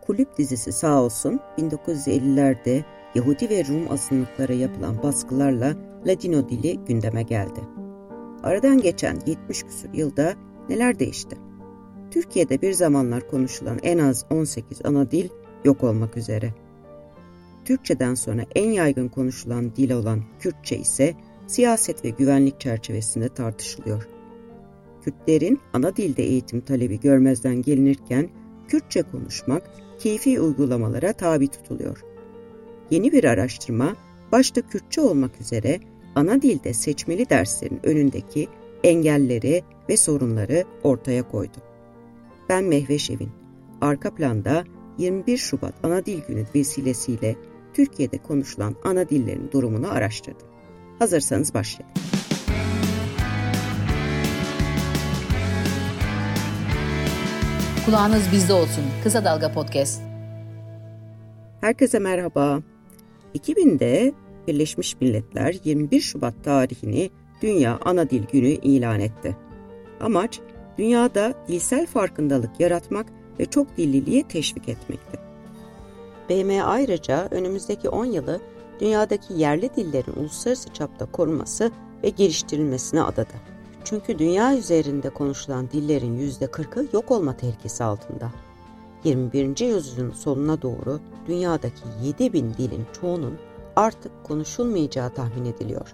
Kulüp dizisi sağ olsun 1950'lerde Yahudi ve Rum azınlıklara yapılan baskılarla Ladino dili gündeme geldi. Aradan geçen 70 küsur yılda neler değişti? Türkiye'de bir zamanlar konuşulan en az 18 ana dil yok olmak üzere. Türkçeden sonra en yaygın konuşulan dil olan Kürtçe ise siyaset ve güvenlik çerçevesinde tartışılıyor. Kürtlerin ana dilde eğitim talebi görmezden gelinirken Kürtçe konuşmak keyfi uygulamalara tabi tutuluyor. Yeni bir araştırma başta Kürtçe olmak üzere ana dilde seçmeli derslerin önündeki engelleri ve sorunları ortaya koydu. Ben Mehveş Evin. Arka planda 21 Şubat Ana Dil Günü vesilesiyle Türkiye'de konuşulan ana dillerin durumunu araştırdım. Hazırsanız başlayalım. Kulağınız bizde olsun. Kısa Dalga Podcast. Herkese merhaba. 2000'de Birleşmiş Milletler 21 Şubat tarihini Dünya Ana Dil Günü ilan etti. Amaç, dünyada dilsel farkındalık yaratmak ve çok dilliliğe teşvik etmekti. BM ayrıca önümüzdeki 10 yılı dünyadaki yerli dillerin uluslararası çapta korunması ve geliştirilmesine adadı. Çünkü dünya üzerinde konuşulan dillerin %40'ı yok olma tehlikesi altında. 21. yüzyılın sonuna doğru dünyadaki 7000 dilin çoğunun artık konuşulmayacağı tahmin ediliyor.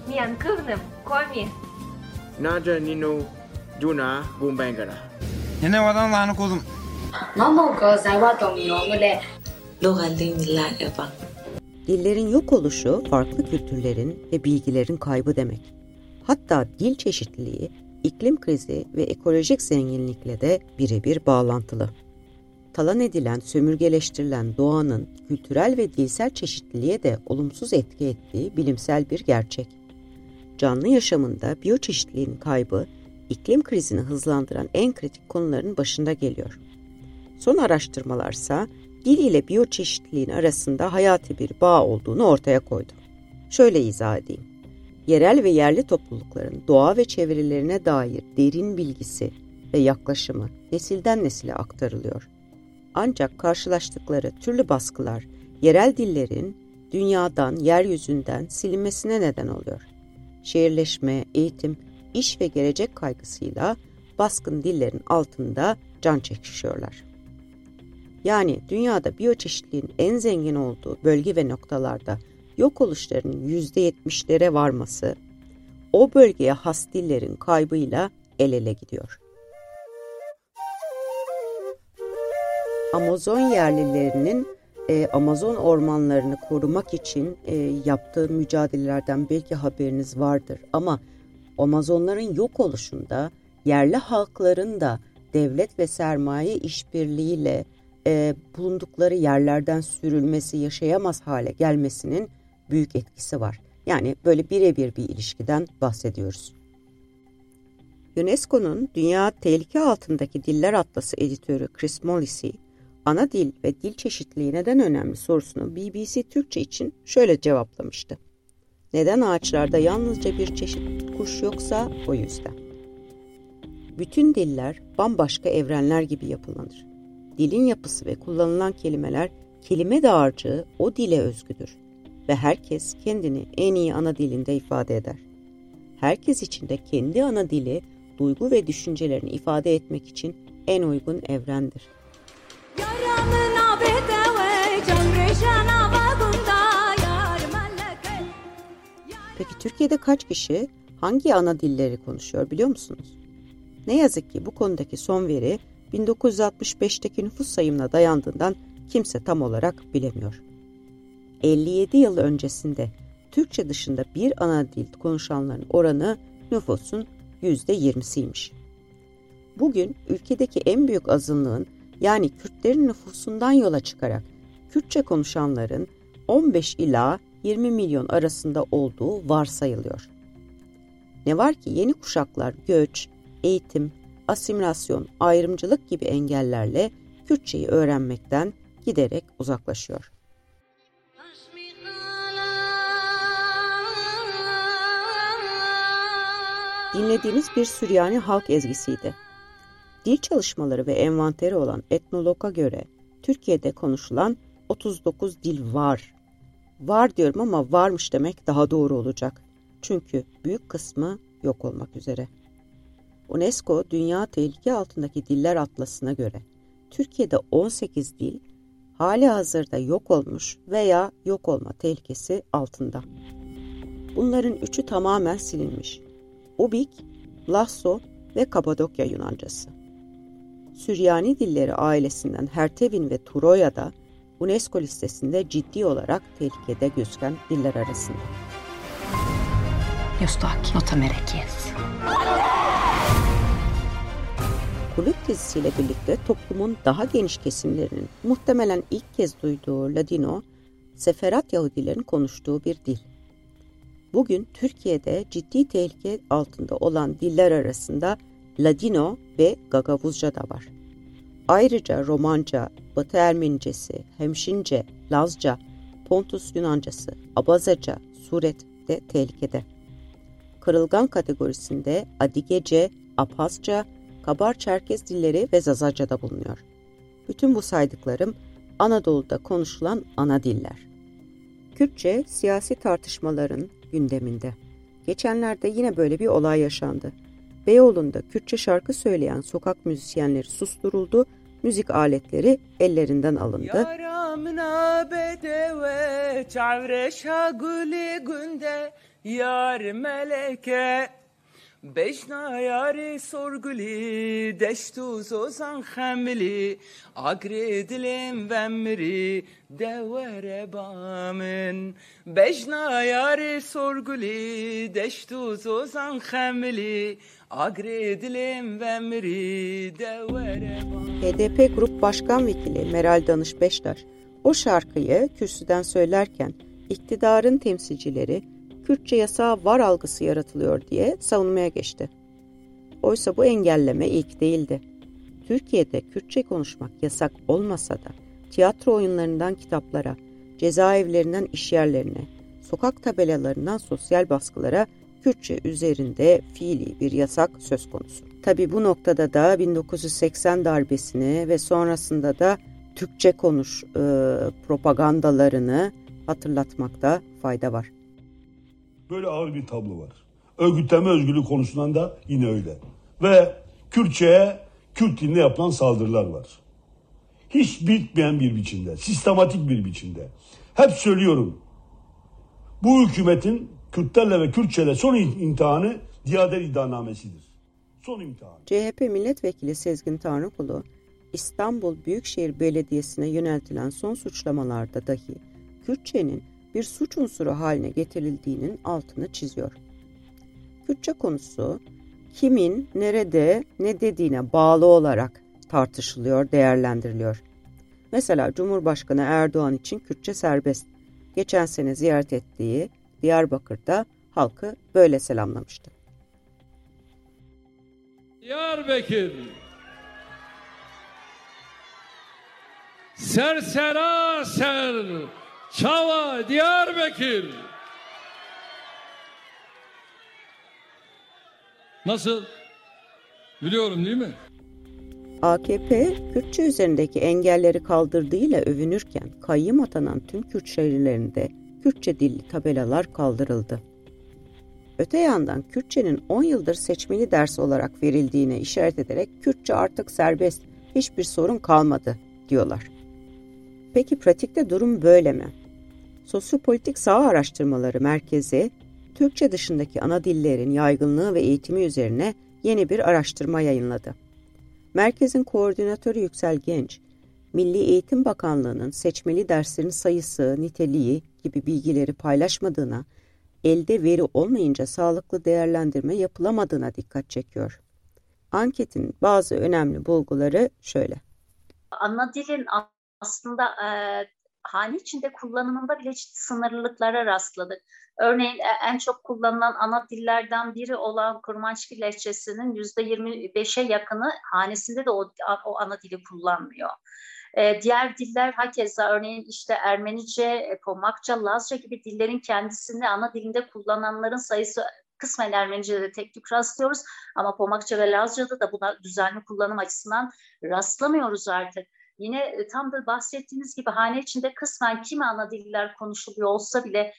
Dillerin yok oluşu farklı kültürlerin ve bilgilerin kaybı demek. Hatta dil çeşitliliği, iklim krizi ve ekolojik zenginlikle de birebir bağlantılı. Talan edilen, sömürgeleştirilen doğanın kültürel ve dilsel çeşitliliğe de olumsuz etki ettiği bilimsel bir gerçek. Canlı yaşamında biyoçeşitliliğin kaybı, iklim krizini hızlandıran en kritik konuların başında geliyor. Son araştırmalarsa dil ile biyoçeşitliliğin arasında hayati bir bağ olduğunu ortaya koydu. Şöyle izah edeyim. Yerel ve yerli toplulukların doğa ve çevrelerine dair derin bilgisi ve yaklaşımı nesilden nesile aktarılıyor. Ancak karşılaştıkları türlü baskılar yerel dillerin dünyadan, yeryüzünden silinmesine neden oluyor. Şehirleşme, eğitim, iş ve gelecek kaygısıyla baskın dillerin altında can çekişiyorlar. Yani dünyada biyoçeşitliliğin en zengin olduğu bölge ve noktalarda yok oluşlarının %70'lere varması, o bölgeye has dillerin kaybıyla el ele gidiyor. Amazon yerlilerinin Amazon ormanlarını korumak için yaptığı mücadelelerden belki haberiniz vardır. Ama Amazonların yok oluşunda yerli halkların da devlet ve sermaye işbirliğiyle bulundukları yerlerden sürülmesi, yaşayamaz hale gelmesinin büyük etkisi var. Yani böyle birebir bir ilişkiden bahsediyoruz. UNESCO'nun Dünya Tehlike Altındaki Diller Atlası editörü Chris Morrissey, ana dil ve dil çeşitliliği neden önemli sorusunu BBC Türkçe için şöyle cevaplamıştı. Neden ağaçlarda yalnızca bir çeşit kuş yoksa o yüzden. Bütün diller bambaşka evrenler gibi yapılanır. Dilin yapısı ve kullanılan kelimeler kelime dağarcığı o dile özgüdür ve herkes kendini en iyi ana dilinde ifade eder. Herkes için de kendi ana dili duygu ve düşüncelerini ifade etmek için en uygun evrendir. Peki Türkiye'de kaç kişi hangi ana dilleri konuşuyor biliyor musunuz? Ne yazık ki bu konudaki son veri 1965'teki nüfus sayımına dayandığından kimse tam olarak bilemiyor. 57 yıl öncesinde Türkçe dışında bir ana dil konuşanların oranı nüfusun %20'siymiş. Bugün ülkedeki en büyük azınlığın yani Kürtlerin nüfusundan yola çıkarak Kürtçe konuşanların 15 ila 20 milyon arasında olduğu varsayılıyor. Ne var ki yeni kuşaklar göç, eğitim, asimilasyon, ayrımcılık gibi engellerle Kürtçeyi öğrenmekten giderek uzaklaşıyor. Dinlediğiniz bir Süryani halk ezgisiydi. Dil çalışmaları ve envanteri olan Etnolog'a göre Türkiye'de konuşulan 39 dil var. Var diyorum ama varmış demek daha doğru olacak. Çünkü büyük kısmı yok olmak üzere. UNESCO Dünya Tehlike Altındaki Diller Atlası'na göre Türkiye'de 18 dil halihazırda yok olmuş veya yok olma tehlikesi altında. Bunların 3'ü tamamen silinmiş. Ubik, Lhasa ve Kapadokya Yunancası. Süryani dilleri ailesinden Hertevin ve Troya da UNESCO listesinde ciddi olarak tehlikede gözüken diller arasında. Jostain notamerekies. Kulüp dizisiyle birlikte toplumun daha geniş kesimlerinin muhtemelen ilk kez duyduğu Ladino, Seferat Yahudilerin konuştuğu bir dil. Bugün Türkiye'de ciddi tehlike altında olan diller arasında Ladino ve Gagavuzca da var. Ayrıca Romanca, Batı Ermenicesi, Hemşince, Lazca, Pontus Yunancası, Abazaca, Suret de tehlikede. Kırılgan kategorisinde Adigece, Abhazca, Kabar-Çerkez dilleri ve Zazaca da bulunuyor. Bütün bu saydıklarım Anadolu'da konuşulan ana diller. Kürtçe siyasi tartışmaların gündeminde. Geçenlerde yine böyle bir olay yaşandı. Beyoğlu'nda Kürtçe şarkı söyleyen sokak müzisyenleri susturuldu, müzik aletleri ellerinden alındı. Beşna yari sorguli deştu zozan xemli agredilim vemri devere bamın Beşna yari sorguli deştu zozan xemli agredilim vemri devere bamın. HDP Grup Başkan Vekili Meral Danış Beştaş o şarkıyı kürsüden söylerken iktidarın temsilcileri Kürtçe yasağı var algısı yaratılıyor diye savunmaya geçti. Oysa bu engelleme ilk değildi. Türkiye'de Kürtçe konuşmak yasak olmasa da tiyatro oyunlarından kitaplara, cezaevlerinden işyerlerine, sokak tabelalarından sosyal baskılara Kürtçe üzerinde fiili bir yasak söz konusu. Tabii bu noktada da 1980 darbesini ve sonrasında da Türkçe konuş propagandalarını hatırlatmakta fayda var. Böyle ağır bir tablo var. Örgütleme özgürlüğü konusundan da yine öyle. Ve Kürtçe'ye, Kürt diline yapılan saldırılar var. Hiç bitmeyen bir biçimde, sistematik bir biçimde. Hep söylüyorum. Bu hükümetin Kürtlerle ve Kürtçe'yle son imtihanı Diyader iddianamesidir. Son imtihan. CHP Milletvekili Sezgin Tanrıkulu, İstanbul Büyükşehir Belediyesi'ne yöneltilen son suçlamalarda dahi Kürtçenin bir suç unsuru haline getirildiğinin altını çiziyor. Kürtçe konusu kimin, nerede, ne dediğine bağlı olarak tartışılıyor, değerlendiriliyor. Mesela Cumhurbaşkanı Erdoğan için Kürtçe serbest. Geçen sene ziyaret ettiği Diyarbakır'da halkı böyle selamlamıştı. Diyarbakır Serseraser Çava Diyarbakır. Nasıl? Biliyorum değil mi? AKP, Kürtçe üzerindeki engelleri kaldırdığıyla övünürken kayyım atanan tüm Kürt şehirlerinde Kürtçe dilli tabelalar kaldırıldı. Öte yandan Kürtçenin 10 yıldır seçmeli ders olarak verildiğine işaret ederek Kürtçe artık serbest, hiçbir sorun kalmadı diyorlar. Peki pratikte durum böyle mi? Sosyopolitik Saha Araştırmaları Merkezi, Türkçe dışındaki ana dillerin yaygınlığı ve eğitimi üzerine yeni bir araştırma yayınladı. Merkezin koordinatörü Yüksel Genç, Milli Eğitim Bakanlığı'nın seçmeli derslerin sayısı, niteliği gibi bilgileri paylaşmadığına, elde veri olmayınca sağlıklı değerlendirme yapılamadığına dikkat çekiyor. Anketin bazı önemli bulguları şöyle. Ana dilin aslında hane içinde kullanımında bile ciddi sınırlılıklara rastladık. Örneğin en çok kullanılan ana dillerden biri olan Kurmançki lehçesinin %25'e yakını hanesinde de o ana dili kullanmıyor. Diğer diller hakeza örneğin işte Ermenice, Pomakça, Lazca gibi dillerin kendisini ana dilinde kullananların sayısı kısmen Ermenice'de tek tük rastlıyoruz ama Pomakça ve Lazca'da da buna düzenli kullanım açısından rastlamıyoruz artık. Yine tam da bahsettiğiniz gibi hane içinde kısmen kimi ana diller konuşuluyor olsa bile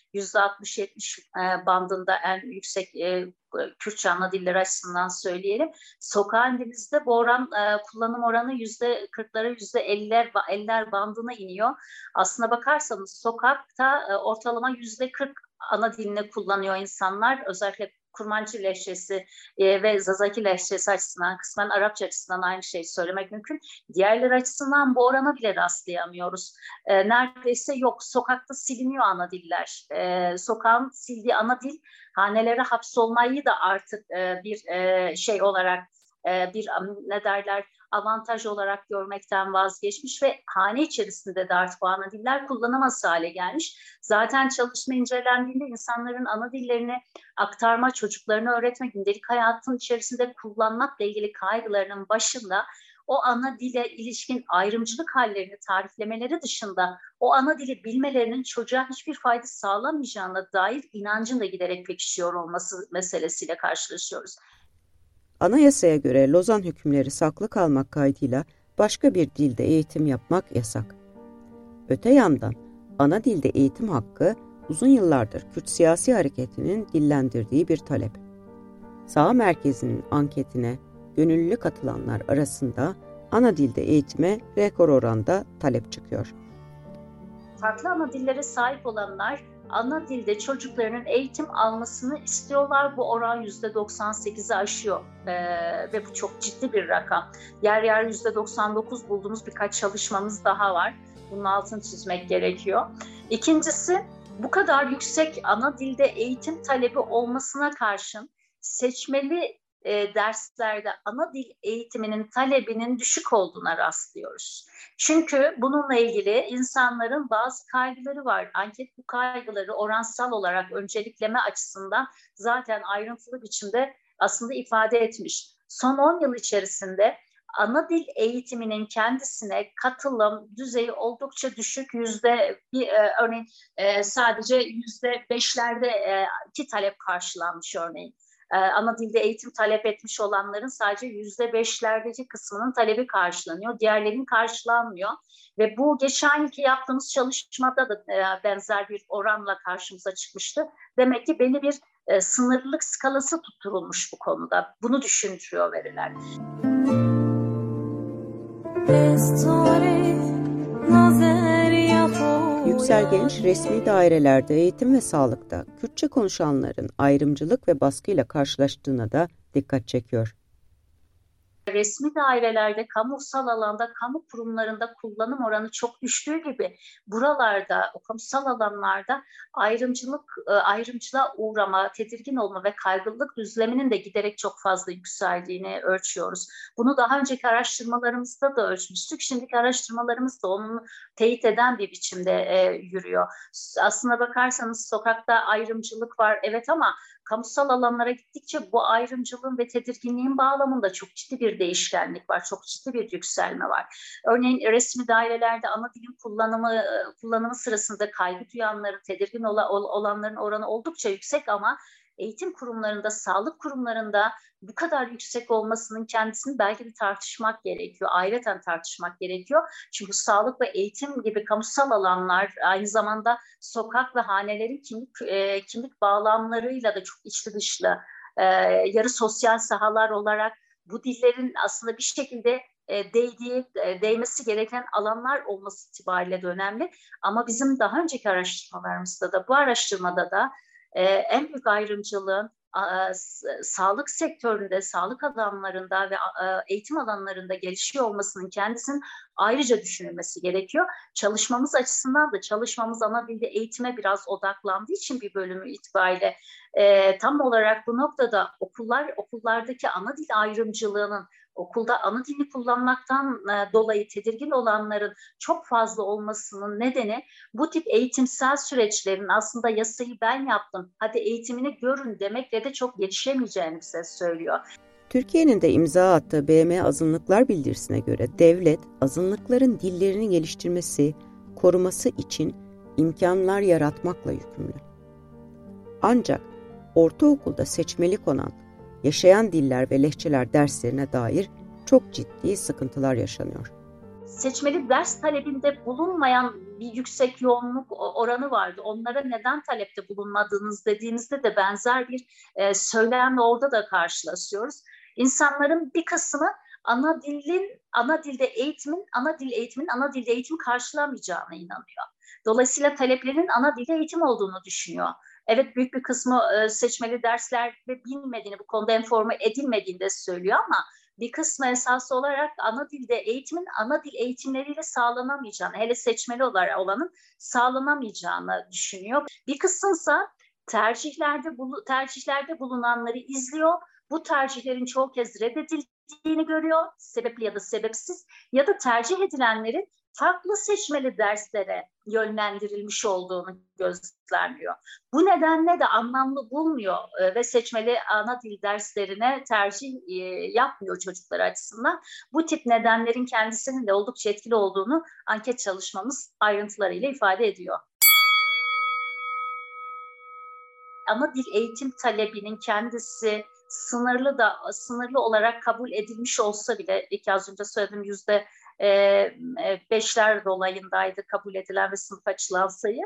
%60-70 bandında en yüksek Kürtçe ana dilleri açısından söyleyelim. Sokağın dilimizde bu oran kullanım oranı %40'lara %50'ler bandına iniyor. Aslına bakarsanız sokakta ortalama %40 ana dilini kullanıyor insanlar. Özellikle Kurmancı lehçesi ve Zazaki lehçesi açısından, kısmen Arapça açısından aynı şeyi söylemek mümkün. Diğerleri açısından bu orana bile rastlayamıyoruz. Neredeyse yok. Sokakta siliniyor ana diller. Sokağın sildiği ana dil hanelere hapsolmayı da artık bir şey olarak bir ne derler avantaj olarak görmekten vazgeçmiş ve hane içerisinde de artık bu ana diller kullanamaz hale gelmiş. Zaten çalışma incelendiğinde insanların ana dillerini aktarma, çocuklarına öğretme, gündelik hayatın içerisinde kullanmakla ilgili kaygılarının başında o ana dile ilişkin ayrımcılık hallerini tariflemeleri dışında o ana dili bilmelerinin çocuğa hiçbir fayda sağlamayacağına dair inancın da giderek pekişiyor olması meselesiyle karşılaşıyoruz. Anayasaya göre Lozan hükümleri saklı kalmak kaydıyla başka bir dilde eğitim yapmak yasak. Öte yandan ana dilde eğitim hakkı uzun yıllardır Kürt siyasi hareketinin dillendirdiği bir talep. Sağ Merkezi'nin anketine gönüllü katılanlar arasında ana dilde eğitime rekor oranda talep çıkıyor. Farklı ana dillere sahip olanlar ana dilde çocuklarının eğitim almasını istiyorlar. Bu oran %98'i aşıyor ve bu çok ciddi bir rakam. Yer yer %99 bulduğumuz birkaç çalışmamız daha var. Bunun altını çizmek gerekiyor. İkincisi, bu kadar yüksek ana dilde eğitim talebi olmasına karşın seçmeli derslerde ana dil eğitiminin talebinin düşük olduğuna rastlıyoruz. Çünkü bununla ilgili insanların bazı kaygıları var. Anket bu kaygıları oransal olarak öncelikleme açısından zaten ayrıntılı biçimde aslında ifade etmiş. Son 10 yıl içerisinde ana dil eğitiminin kendisine katılım düzeyi oldukça düşük, örneğin sadece %5'lerde ki talep karşılanmış örneğin. Ana dilde eğitim talep etmiş olanların sadece %5'lerdeki kısmının talebi karşılanıyor. Diğerlerinin karşılanmıyor. Ve bu geçen yılki yaptığımız çalışmada da benzer bir oranla karşımıza çıkmıştı. Demek ki belli bir sınırlılık skalası tutturulmuş bu konuda. Bunu düşündürüyor veriler. Yüksel Genç, resmi dairelerde eğitim ve sağlıkta Kürtçe konuşanların ayrımcılık ve baskıyla karşılaştığına da dikkat çekiyor. Resmi dairelerde, kamusal alanda, kamu kurumlarında kullanım oranı çok düştüğü gibi buralarda, o kamusal alanlarda ayrımcılığa uğrama, tedirgin olma ve kaygılılık düzleminin de giderek çok fazla yükseldiğini ölçüyoruz. Bunu daha önceki araştırmalarımızda da ölçmüştük. Şimdiki araştırmalarımız da onu teyit eden bir biçimde yürüyor. Aslına bakarsanız sokakta ayrımcılık var, evet, ama kamusal alanlara gittikçe bu ayrımcılığın ve tedirginliğin bağlamında çok ciddi bir değişkenlik var, çok ciddi bir yükselme var. Örneğin resmi dairelerde ana dilin kullanımı sırasında kaygı duyanların, tedirgin olanların oranı oldukça yüksek ama eğitim kurumlarında, sağlık kurumlarında bu kadar yüksek olmasının kendisini belki de tartışmak gerekiyor, ayrıca tartışmak gerekiyor. Çünkü sağlık ve eğitim gibi kamusal alanlar aynı zamanda sokak ve hanelerin kimlik bağlamlarıyla da çok içli dışlı, yarı sosyal sahalar olarak bu dillerin aslında bir şekilde değmesi gereken alanlar olması itibariyle de önemli. Ama bizim daha önceki araştırmalarımızda da, bu araştırmada da en büyük ayrımcılığın sağlık sektöründe, sağlık alanlarında ve eğitim alanlarında gelişiyor olmasının kendisinin ayrıca düşünülmesi gerekiyor. Çalışmamız açısından da çalışmamız ana dilde eğitime biraz odaklandığı için bir bölümü itibariyle tam olarak bu noktada okullardaki ana dil ayrımcılığının, okulda ana dili kullanmaktan dolayı tedirgin olanların çok fazla olmasının nedeni bu tip eğitimsel süreçlerin aslında yasayı ben yaptım, hadi eğitimini görün demekle de çok gelişemeyeceğini bize söylüyor. Türkiye'nin de imza attığı BM Azınlıklar Bildirisi'ne göre devlet azınlıkların dillerini geliştirmesi, koruması için imkanlar yaratmakla yükümlü. Ancak ortaokulda seçmelik olan yaşayan diller ve lehçeler derslerine dair çok ciddi sıkıntılar yaşanıyor. seçmeli ders talebinde bulunmayan bir yüksek yoğunluk oranı vardı. Onlara neden talepte bulunmadınız dediğimizde de benzer bir söylemle orada da karşılaşıyoruz. İnsanların bir kısmı ana dilde eğitimin ana dilde eğitimi karşılamayacağına inanıyor. Dolayısıyla taleplerinin ana dilde eğitim olduğunu düşünüyor. Evet, büyük bir kısmı seçmeli derslerde bilmediğini, bu konuda informe edilmediğini de söylüyor ama bir kısmı esas olarak ana dilde eğitimin ana dil eğitimleriyle sağlanamayacağını, hele seçmeli olarak olanın sağlanamayacağını düşünüyor. Bir kısımsa tercihlerde bulunanları izliyor. Bu tercihlerin çoğu kez reddedildiğini görüyor, sebepli ya da sebepsiz, ya da tercih edilenlerin farklı seçmeli derslere yönlendirilmiş olduğunu gözlemliyor. Bu nedenle de anlamlı bulmuyor ve seçmeli ana dil derslerine tercih yapmıyor çocuklar açısından. Bu tip nedenlerin kendisinin de oldukça etkili olduğunu anket çalışmamız ayrıntılarıyla ifade ediyor. Ana dil eğitim talebinin kendisi sınırlı olarak kabul edilmiş olsa bile, az önce söylediğim %5'ler dolayındaydı kabul edilen ve sınıf açılan sayı.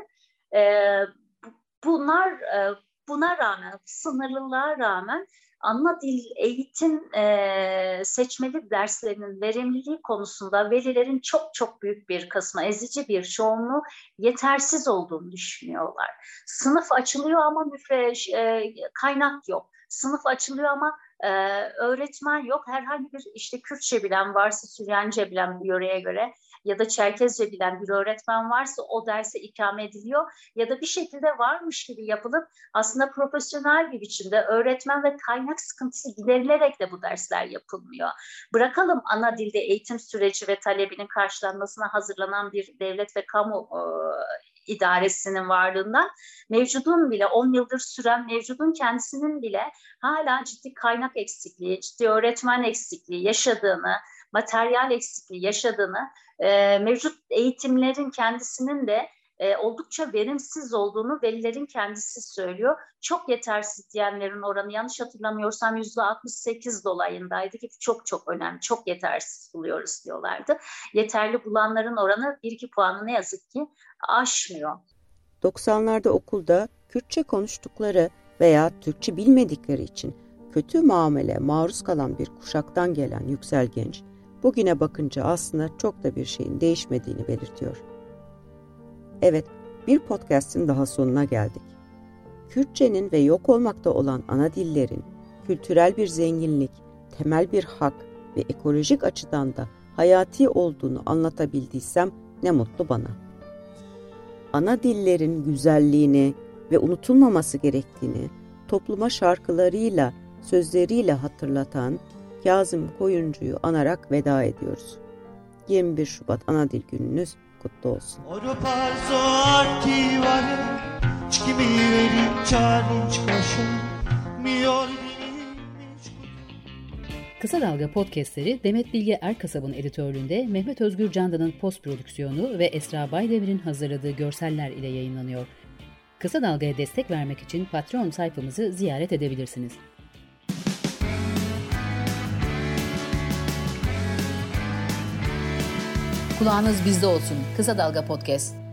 Buna rağmen, sınırlılığa rağmen ana dil eğitim seçmeli derslerinin verimliliği konusunda velilerin çok büyük bir kısmı, ezici bir çoğunluğu yetersiz olduğunu düşünüyorlar. Sınıf açılıyor ama kaynak yok. Sınıf açılıyor ama öğretmen yok. Herhangi bir Kürtçe bilen varsa, Süryanice bilen bir yöreye göre ya da Çerkezce bilen bir öğretmen varsa o derse ikame ediliyor ya da bir şekilde varmış gibi yapılıp aslında profesyonel bir biçimde öğretmen ve kaynak sıkıntısı giderilerek de bu dersler yapılmıyor. Bırakalım ana dilde eğitim süreci ve talebinin karşılanmasına hazırlanan bir devlet ve kamu idaresinin varlığından, mevcudun bile 10 yıldır süren mevcudun kendisinin bile hala ciddi kaynak eksikliği, ciddi öğretmen eksikliği yaşadığını, materyal eksikliği yaşadığını, mevcut eğitimlerin kendisinin de oldukça verimsiz olduğunu velilerin kendisi söylüyor. Çok yetersiz diyenlerin oranı yanlış hatırlamıyorsam %68 dolayındaydı ki çok önemli, çok yetersiz buluyoruz diyorlardı. Yeterli bulanların oranı 1-2 puanı ne yazık ki aşmıyor. 90'larda okulda Kürtçe konuştukları veya Türkçe bilmedikleri için kötü muamele maruz kalan bir kuşaktan gelen Yüksel Genç, bugüne bakınca aslında çok da bir şeyin değişmediğini belirtiyor. Evet, bir podcast'in daha sonuna geldik. Kürtçenin ve yok olmakta olan ana dillerin kültürel bir zenginlik, temel bir hak ve ekolojik açıdan da hayati olduğunu anlatabildiysem ne mutlu bana. Ana dillerin güzelliğini ve unutulmaması gerektiğini topluma şarkılarıyla, sözleriyle hatırlatan Kazım Koyuncu'yu anarak veda ediyoruz. 21 Şubat Ana Dil Gününüz kutlu olsun. Kısa Dalga podcastleri Demet Bilge Erkasab'ın editörlüğünde Mehmet Özgür Candan'ın post prodüksiyonu ve Esra Baydemir'in hazırladığı görseller ile yayınlanıyor. Kısa Dalga'ya destek vermek için Patreon sayfamızı ziyaret edebilirsiniz. Kulağınız bizde olsun. Kısa Dalga Podcast.